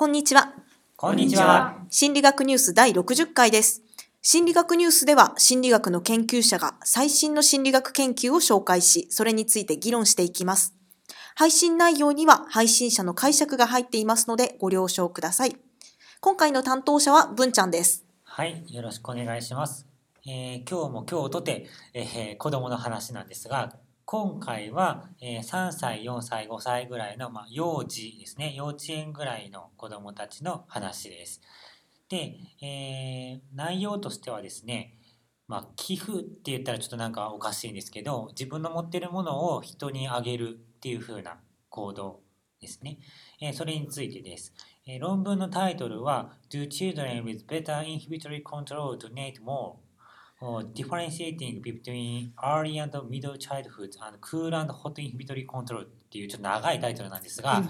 こんにちは。 こんにちは。 心理学ニュース第60回です。心理学ニュースでは心理学の研究者が最新の心理学研究を紹介し、それについて議論していきます。配信内容には配信者の解釈が入っていますのでご了承ください。今回の担当者は文ちゃんです。 はい、よろしくお願いします。今日も今日とて、子供の話なんですが、今回は、3歳、4歳、5歳ぐらいの、幼児ですね、幼稚園ぐらいの子供たちの話です。で、内容としてはですね、寄付って言ったらちょっとなんかおかしいんですけど、自分の持ってるものを人にあげるっていう風な行動ですね。それについてです。論文のタイトルは Do children with better inhibitory control donate more? Differentiating between early and middle childhood and cool and hot inhibitory control っていうちょっと長いタイトルなんですが、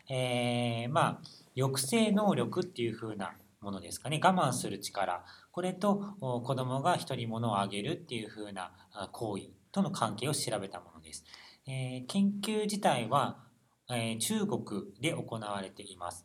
抑制能力っていう風なものですかね。我慢する力。これと子供が人に物をあげるっていう風な行為との関係を調べたものです。研究自体は、中国で行われています。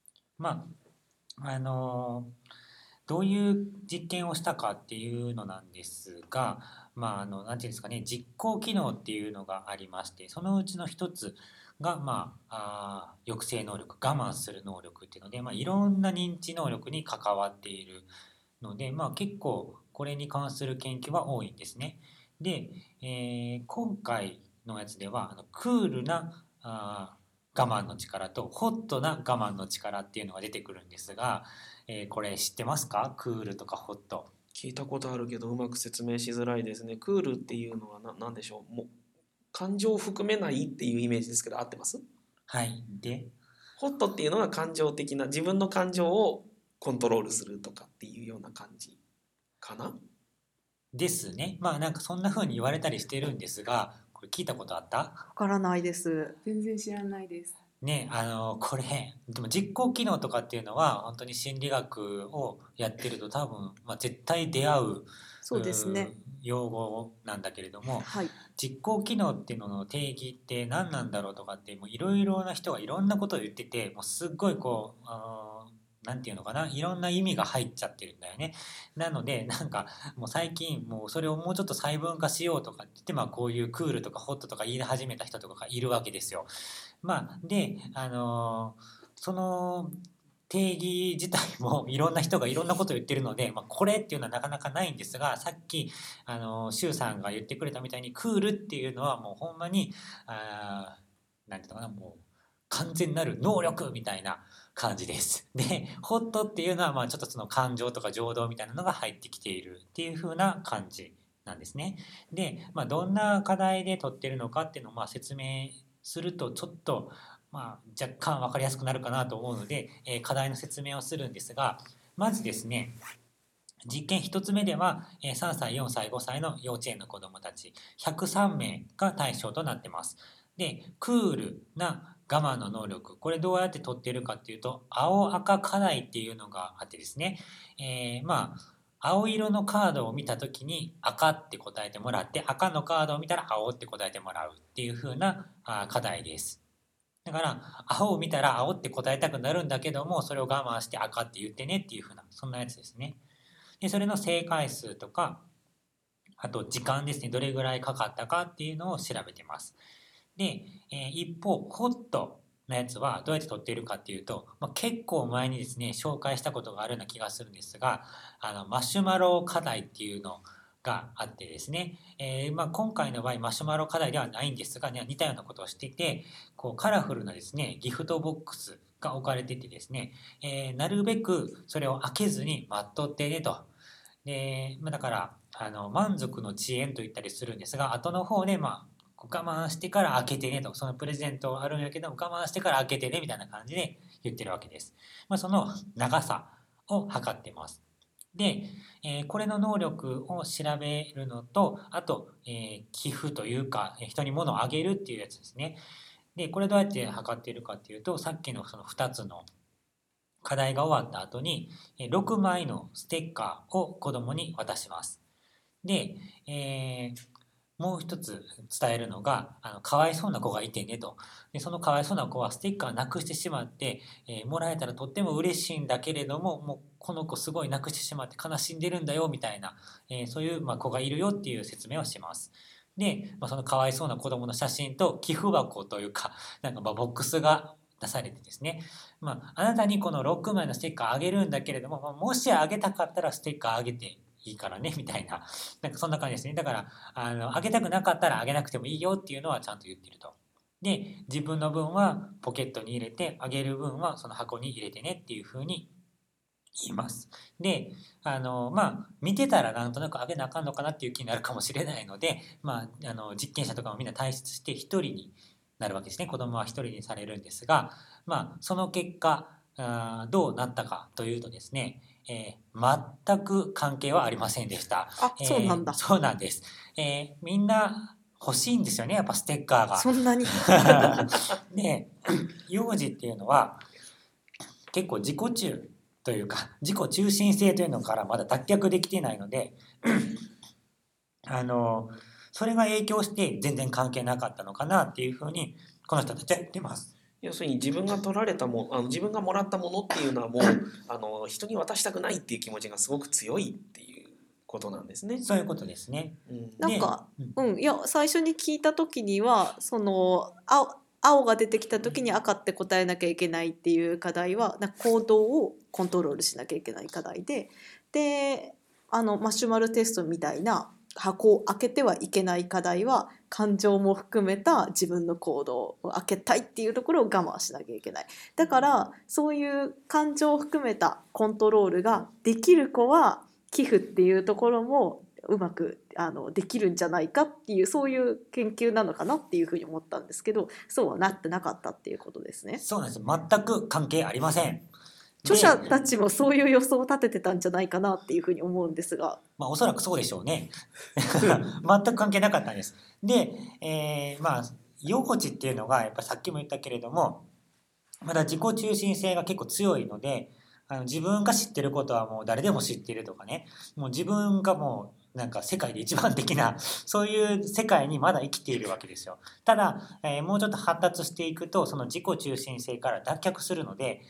どういう実験をしたかっていうのなんですが、なんていうんですかね、実行機能っていうのがありまして、そのうちの一つが、抑制能力、我慢する能力っていうので、いろんな認知能力に関わっているので、結構これに関する研究は多いんですね。で、今回のやつでは、クールな我慢の力とホットな我慢の力っていうのが出てくるんですが、これ知ってますか？クールとかホット。 聞いたことあるけどうまく説明しづらいですね。クールっていうのは何でしょう。もう感情を含めないっていうイメージですけど合ってます？ はい。で、 ホットっていうのは感情的な自分の感情をコントロールするとかっていうような感じかな。 ですね。なんかそんな風に言われたりしてるんですが、これ聞いたことあった？ わからないです。 全然知らないです。 ね、これ、でも実行機能とかっていうのは、本当に心理学をやってると多分、絶対出会う、 そうですね。 用語なんだけれども、 はい。 実行機能っていうのの定義って何なんだろうとかって、もういろいろな人がいろんなことを言ってて、もうすっごいこう、なんていうのかな、いろんな意味が入っちゃってるんだよね。なので、なんか、もう最近、もうそれをもうちょっと細分化しようとかって言って、こういうクールとかホットとか言い始めた人とかがいるわけですよ。で、その定義自体もいろんな人がいろんなことを言ってるので、これっていうのはなかなかないんですが、さっき、周さんが言ってくれたみたいに、クールっていうのはもうほんまに、なんていうのかな、もう完全なる能力みたいな感じです。で、ホットっていうのは、ちょっとその感情とか情動みたいなのが入ってきているっていう風な感じなんですね。で、どんな課題で取ってるのかっていうのを説明するとちょっと若干分かりやすくなるかなと思うので、課題の説明をするんですが、まずですね、実験1つ目では3歳、4歳、5歳の幼稚園の子どもたち103名が対象となってます。で、クールな我慢の能力、これどうやって取っているかっていうと、青赤課題っていうのがあってですね、青色のカードを見たときに赤って答えてもらって、赤のカードを見たら青って答えてもらうっていう風な課題です。だから青を見たら青って答えたくなるんだけども、それを我慢して赤って言ってねっていう風な、そんなやつですね。で、それの正解数とか、あと時間ですね、どれぐらいかかったかっていうのを調べてます。で、一方、ホットのやつはどうやって取っているかっていうと、結構前にですね、紹介したことがあるような気がするんですが、マシュマロ課題っていうのがあってですね、今回の場合マシュマロ課題ではないんですが、似たようなことをしていて、こうカラフルなですね、ギフトボックスが置かれててですね、なるべくそれを開けずに待っとってねと。で、だから満足の遅延と言ったりするんですが、後の方で我慢してから開けてねと、そのプレゼントあるんやけども我慢してから開けてねみたいな感じで言ってるわけです。その長さを測ってます。で、これの能力を調べるのと、あと、寄付というか、人に物をあげるっていうやつですね。で、これどうやって測っているかっていうと、さっきのその2つの課題が終わった後に、6枚のステッカーを子供に渡します。で、 もう一つ伝えるのがかわいそうな子がいてねと。でそのかわいそうな子はステッカーなくしてしまって、もらえたらとっても嬉しいんだけれども、もうこの子すごいなくしてしまって悲しんでるんだよみたいな、そういう子がいるよっていう説明をします。で、そのかわいそうな子供の写真と寄付箱というか、なんかボックスが出されてですね、あなたにこの6枚のステッカーあげるんだけれども、もしあげたかったらステッカーあげていいからねみたいな、なんかそんな感じですね。だからあげたくなかったらあげなくてもいいよっていうのはちゃんと言ってると。で、自分の分はポケットに入れて、あげる分はその箱に入れてねっていうふうに言います。で、見てたらなんとなくあげなあかんのかなっていう気になるかもしれないので、実験者とかもみんな退出して一人になるわけですね。子供は一人にされるんですが、その結果、どうなったかというとですね、全く関係はありませんでした。 あ、そうなんだ。 そうなんです。みんな欲しいんですよね、やっぱステッカーが。 そんなに。 で、幼児っていうのは結構自己中というか自己中心性というのからまだ脱却できていないのでそれが影響して全然関係なかったのかなっていうふうにこの人たちは言ってます。 要するに自分が取られた自分がもらったものっていうのはもう人に渡したくないっていう気持ちがすごく強いっていうことなんですね。 そういうことですね。 なんか、 でいや最初に聞いた時にはその青が出てきた時に赤って答えなきゃいけないっていう課題はなんか行動をコントロールしなきゃいけない課題でマシュマロテストみたいな箱を開けてはいけない課題は感情も含めた自分の行動を開けたいっていうところを我慢しなきゃいけない。だからそういう感情を含めたコントロールができる子は寄付っていうところもうまくできるんじゃないかっていうそういう研究なのかなっていうふうに思ったんですけど、そうはなってなかったっていうことですね。 そうなんです。全く関係ありません。 著者たちもそういう予想を立ててたんじゃないかなっていうふうに思うんですが、 おそらくそうでしょうね。全く関係なかったんです。で、幼児っていうのがやっぱりさっきも言ったけれどもまだ自己中心性が結構強いので自分が知ってることはもう誰でも知ってるとかね、もう自分がもうなんか世界で一番的なそういう世界にまだ生きているわけですよ。ただ、もうちょっと発達していくとその自己中心性から脱却するので、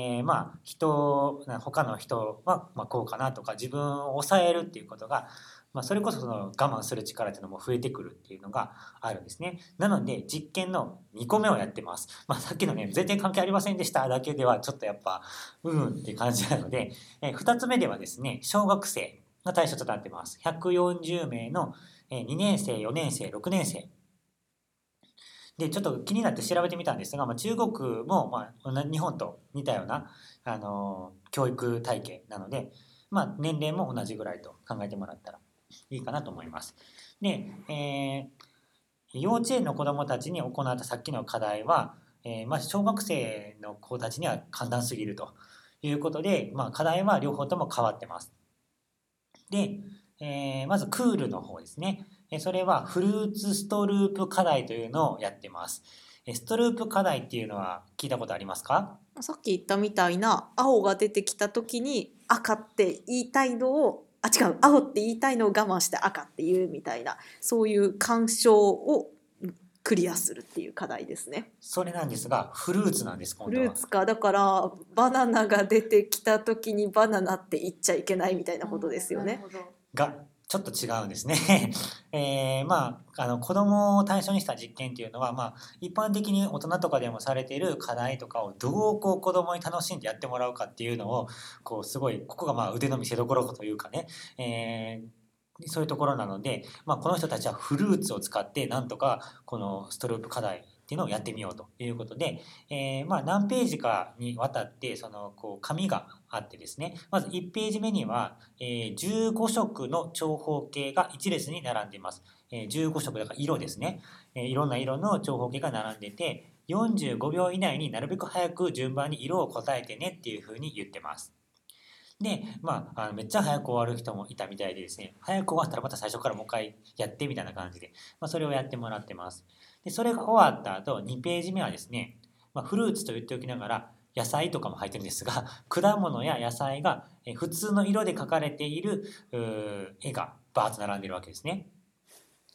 他の人はこうかなとか自分を抑えるっていうことが、それこそその我慢する力っていうのも増えてくるっていうのがあるんですね。なので実験の2個目をやってます。さっきのね全然関係ありませんでしただけではちょっとやっぱって感じなので、2つ目ではですね小学生が対象となってます。140名の2年生4年生6年生でちょっと気になって調べてみたんですが、中国も、日本と似たような、教育体系なので、年齢も同じぐらいと考えてもらったらいいかなと思います。で、幼稚園の子どもたちに行ったさっきの課題は、小学生の子たちには簡単すぎるということで、課題は両方とも変わってます。で、まずクールの方ですね。それはフルーツストループ課題というのをやってます。ストループ課題っていうのは聞いたことありますか？ さっき言ったみたいな青が出てきた時に赤って言いたいのを違う青って言いたいのを我慢して赤って言うみたいなそういう干渉をクリアするっていう課題ですね。 それなんですがフルーツなんです。 フルーツか。だからバナナが出てきた時にバナナって言っちゃいけないみたいなことですよね。 がちょっと違うんですね。子供を対象にした実験っていうのは、一般的に大人とかでもされている課題とかをどう子供に楽しんでやってもらうかっていうのをすごいここが腕の見せ所というかね、そういうところなので、この人たちはフルーツを使ってなんとかこのストループ課題っていうのをやってみようということで、何ページかにわたって紙があってですね、まず1ページ目には、15色の長方形が1列に並んでいます。15色だから色ですね、いろんな色の長方形が並んでて45秒以内になるべく早く順番に色を答えてねっていうふうに言ってます。で、めっちゃ早く終わる人もいたみたいでですね、早く終わったらまた最初からもう一回やってみたいな感じで、それをやってもらってます。で、それが終わった後、2ページ目はですね、フルーツと言っておきながら、野菜とかも入ってるんですが、果物や野菜が普通の色で描かれている絵がバーッと並んでるわけですね。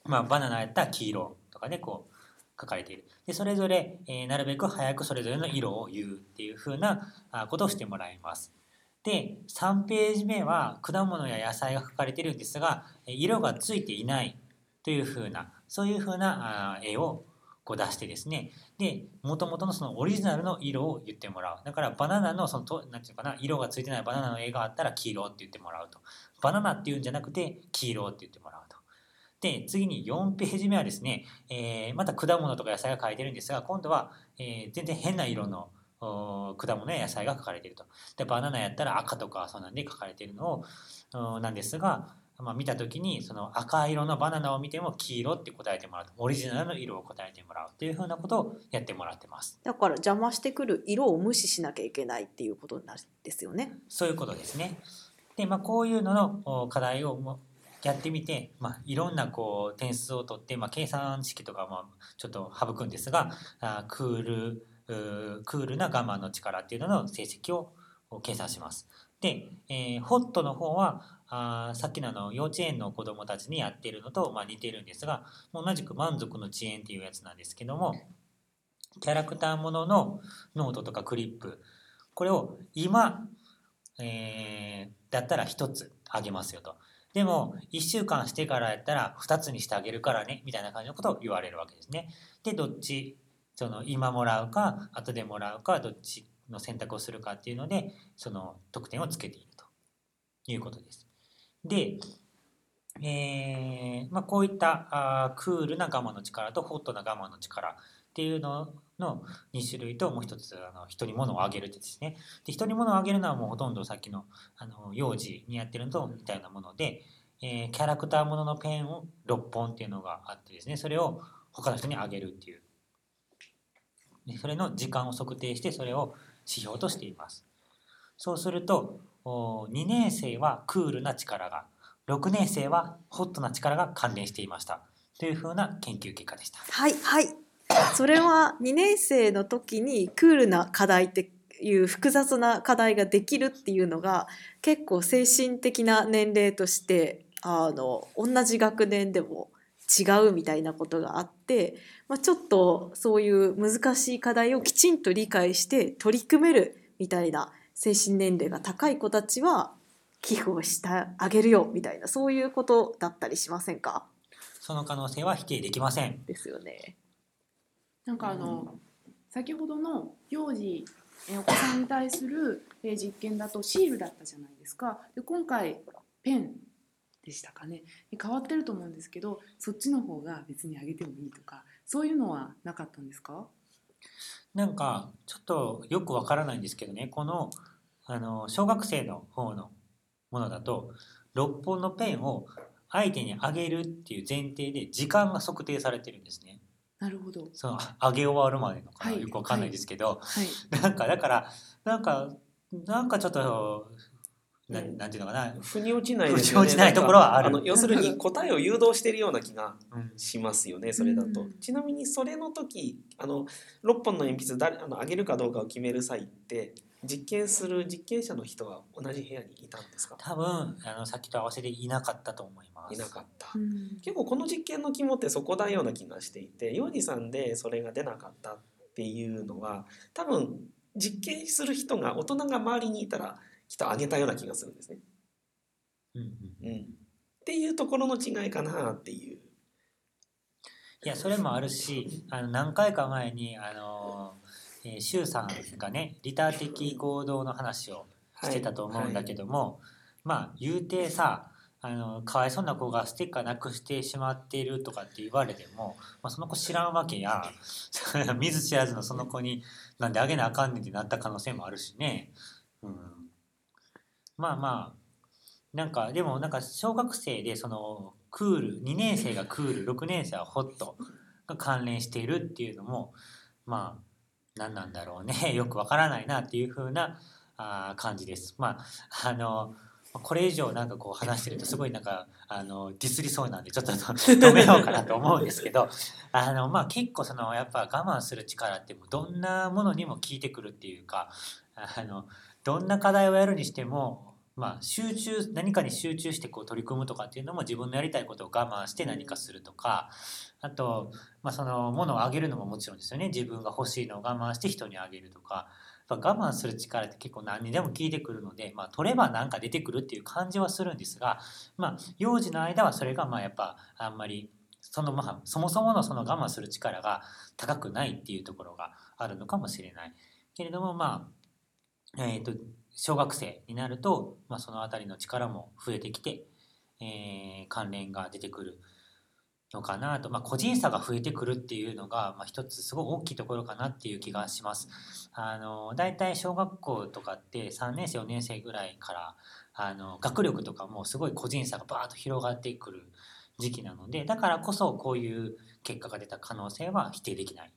バナナやったら黄色とかでこう書かれている。でそれぞれ、なるべく早くそれぞれの色を言うっていう風なことをしてもらいます。で3ページ目は果物や野菜が書かれているんですが色がついていないという風なそういう風な絵をこう出してですね、で元々のそのオリジナルの色を言ってもらう。だからバナナのそのなんていうかな、色がついてないバナナの絵があったら黄色って言ってもらうと。バナナっていうんじゃなくて黄色って言ってもらうと。で次に4ページ目はですね、また果物とか野菜が書いてるんですが、今度は、全然変な色の果物や野菜が書かれていると。でバナナやったら赤とかそうなんで書かれているのをなんですが、見た時にその赤色のバナナを見ても黄色って答えてもらうと、オリジナルの色を答えてもらうというふうなことをやってもらってます。 だから邪魔してくる色を無視しなきゃいけないっていうことなんですよね。 そういうことですね。で、こういうのの課題をやってみて、いろんなこう点数を取って、計算式とかもちょっと省くんですが、クールな我慢の力っていうのの成績を計算します。で、ホットの方はさっきの幼稚園の子どもたちにやっているのと似ているんですが、同じく満足の遅延っていうやつなんですけども、キャラクターもののノートとかクリップ、これを今、だったら1つあげますよと。でも1週間してからやったら2つにしてあげるからねみたいな感じのことを言われるわけですね。でどっちその今もらうか後でもらうかどっちの選択をするかっていうのでその得点をつけているということです。で、こういったクールな我慢の力とホットな我慢の力っていうのの2種類ともう一つ人に物をあげるってですね。で人に物をあげるのはもうほとんどさっきの幼児にやってるのと似たようなもので、キャラクターもののペンを6本っていうのがあってですね、それを他の人にあげるっていう、でそれの時間を測定してそれを指標としています。そうすると2年生はクールな力が、6年生はホットな力が関連していましたというふうな研究結果でした。 はいはい。それは2年生の時にクールな課題っていう複雑な課題ができるっていうのが結構精神的な年齢として同じ学年でも違うみたいなことがあって、ちょっとそういう難しい課題をきちんと理解して取り組めるみたいな精神年齢が高い子たちは寄付をしてあげるよみたいな、そういうことだったりしませんか？ その可能性は否定できません。 ですよね。 なんか先ほどの幼児お子さんに対する実験だとシールだったじゃないですか。で今回ペンでしたかねに変わってると思うんですけど、そっちの方が別にあげてもいいとかそういうのはなかったんですか？ なんかちょっとよくわからないんですけどね、この小学生の方のものだと6本のペンを相手にあげるっていう前提で時間が測定されてるんですね。 なるほど。 そのあげ終わるまでのかな、 はいよくわかんないですけど、 はい。 だからなんかちょっとなんていうのかな、 腑に落ちないですよね。 腑に落ちないところはある。 要するに答えを誘導しているような気がうんしますよね、それだと。ちなみにそれの時6本の鉛筆あげるかどうかを決める際って実験する実験者の人は同じ部屋にいたんですか？ 多分さっきと合わせていなかったと思います。 いなかった。 うん結構この実験の肝ってそこだような気がしていて、幼児さんでそれが出なかったっていうのは多分実験する人が大人が周りにいたらきっとあげたような気がするんですね。 うんうん、 っていうところの違いかなっていう。 いやそれもあるし、何回か前に周さんがね利他的行動の話をしてたと思うんだけども、言うてさかわいそうな子がステッカーなくしてしまっているとかって言われても、その子知らんわけや見ず知らずのその子になんであげなあかんねんってなった可能性もあるしね、なんかでもなんか小学生でそのクール2年生がクール6年生はホットが関連しているっていうのも何なんだろうねよくわからないなっていう風な感じです。これ以上なんかこう話してるとすごいなんかディスりそうなんでちょっと止めようかなと思うんですけど結構そのやっぱ我慢する力ってもうどんなものにも効いてくるっていうかどんな課題をやるにしても何かに集中してこう取り組むとかっていうのも自分のやりたいことを我慢して何かするとか、あと、そのものをあげるのももちろんですよね。自分が欲しいのを我慢して人にあげるとか、やっぱ我慢する力って結構何にでも効いてくるので、取ればなんか出てくるっていう感じはするんですが、幼児の間はそれがやっぱあんまりそもそものその我慢する力が高くないっていうところがあるのかもしれないけれども、小学生になると、そのあたりの力も増えてきて、関連が出てくるのかなと、個人差が増えてくるっていうのが、一つすごい大きいところかなっていう気がします。だいたい小学校とかって3年生4年生ぐらいから学力とかもすごい個人差がバーッと広がってくる時期なので、だからこそこういう結果が出た可能性は否定できない。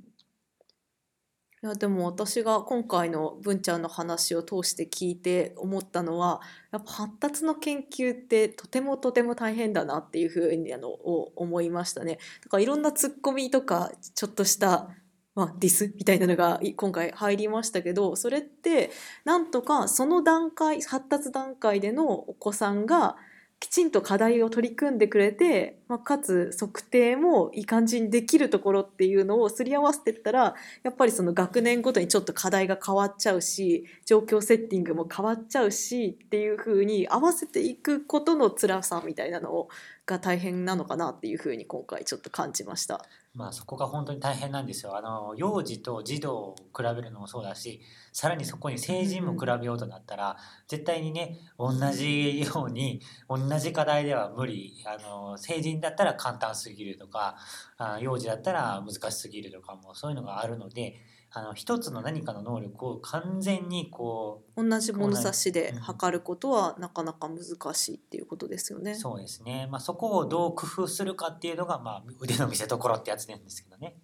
いやでも私が今回の文ちゃんの話を通して聞いて思ったのは、やっぱ発達の研究ってとてもとても大変だなっていうふうに思いましたね。だからいろんなツッコミとかちょっとした、ディスみたいなのが今回入りましたけど、それってなんとかその発達段階でのお子さんがきちんと課題を取り組んでくれて、かつ測定もいい感じにできるところっていうのをすり合わせていったら、やっぱりその学年ごとにちょっと課題が変わっちゃうし、状況セッティングも変わっちゃうしっていう風に合わせていくことの辛さみたいなのが大変なのかなっていう風に今回ちょっと感じました。 そこが本当に大変なんですよ。幼児と児童を比べるのもそうだし、さらにそこに成人も比べようとなったら、絶対にね、同じように同じ課題では無理。成人だったら簡単すぎるとか、幼児だったら難しすぎるとかもそういうのがあるので、一つの何かの能力を完全に同じ物差しで測ることはなかなか難しいっていうことですよね。 そうですね。そこをどう工夫するかっていうのが、腕の見せ所ってやつなんですけどね。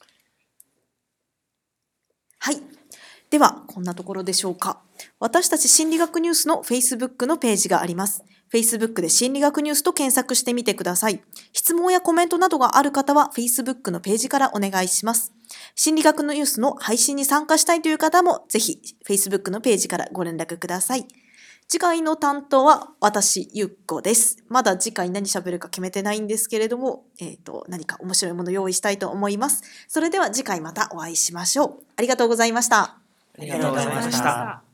はい。では、こんなところでしょうか。私たち心理学ニュースの Facebook のページがあります。Facebook で心理学ニュースと検索してみてください。質問やコメントなどがある方は Facebook のページからお願いします。心理学のニュースの配信に参加したいという方もぜひ Facebook のページからご連絡ください。次回の担当は私、ゆっこです。まだ次回何喋るか決めてないんですけれども、何か面白いものを用意したいと思います。それでは次回またお会いしましょう。ありがとうございました。 ありがとうございました。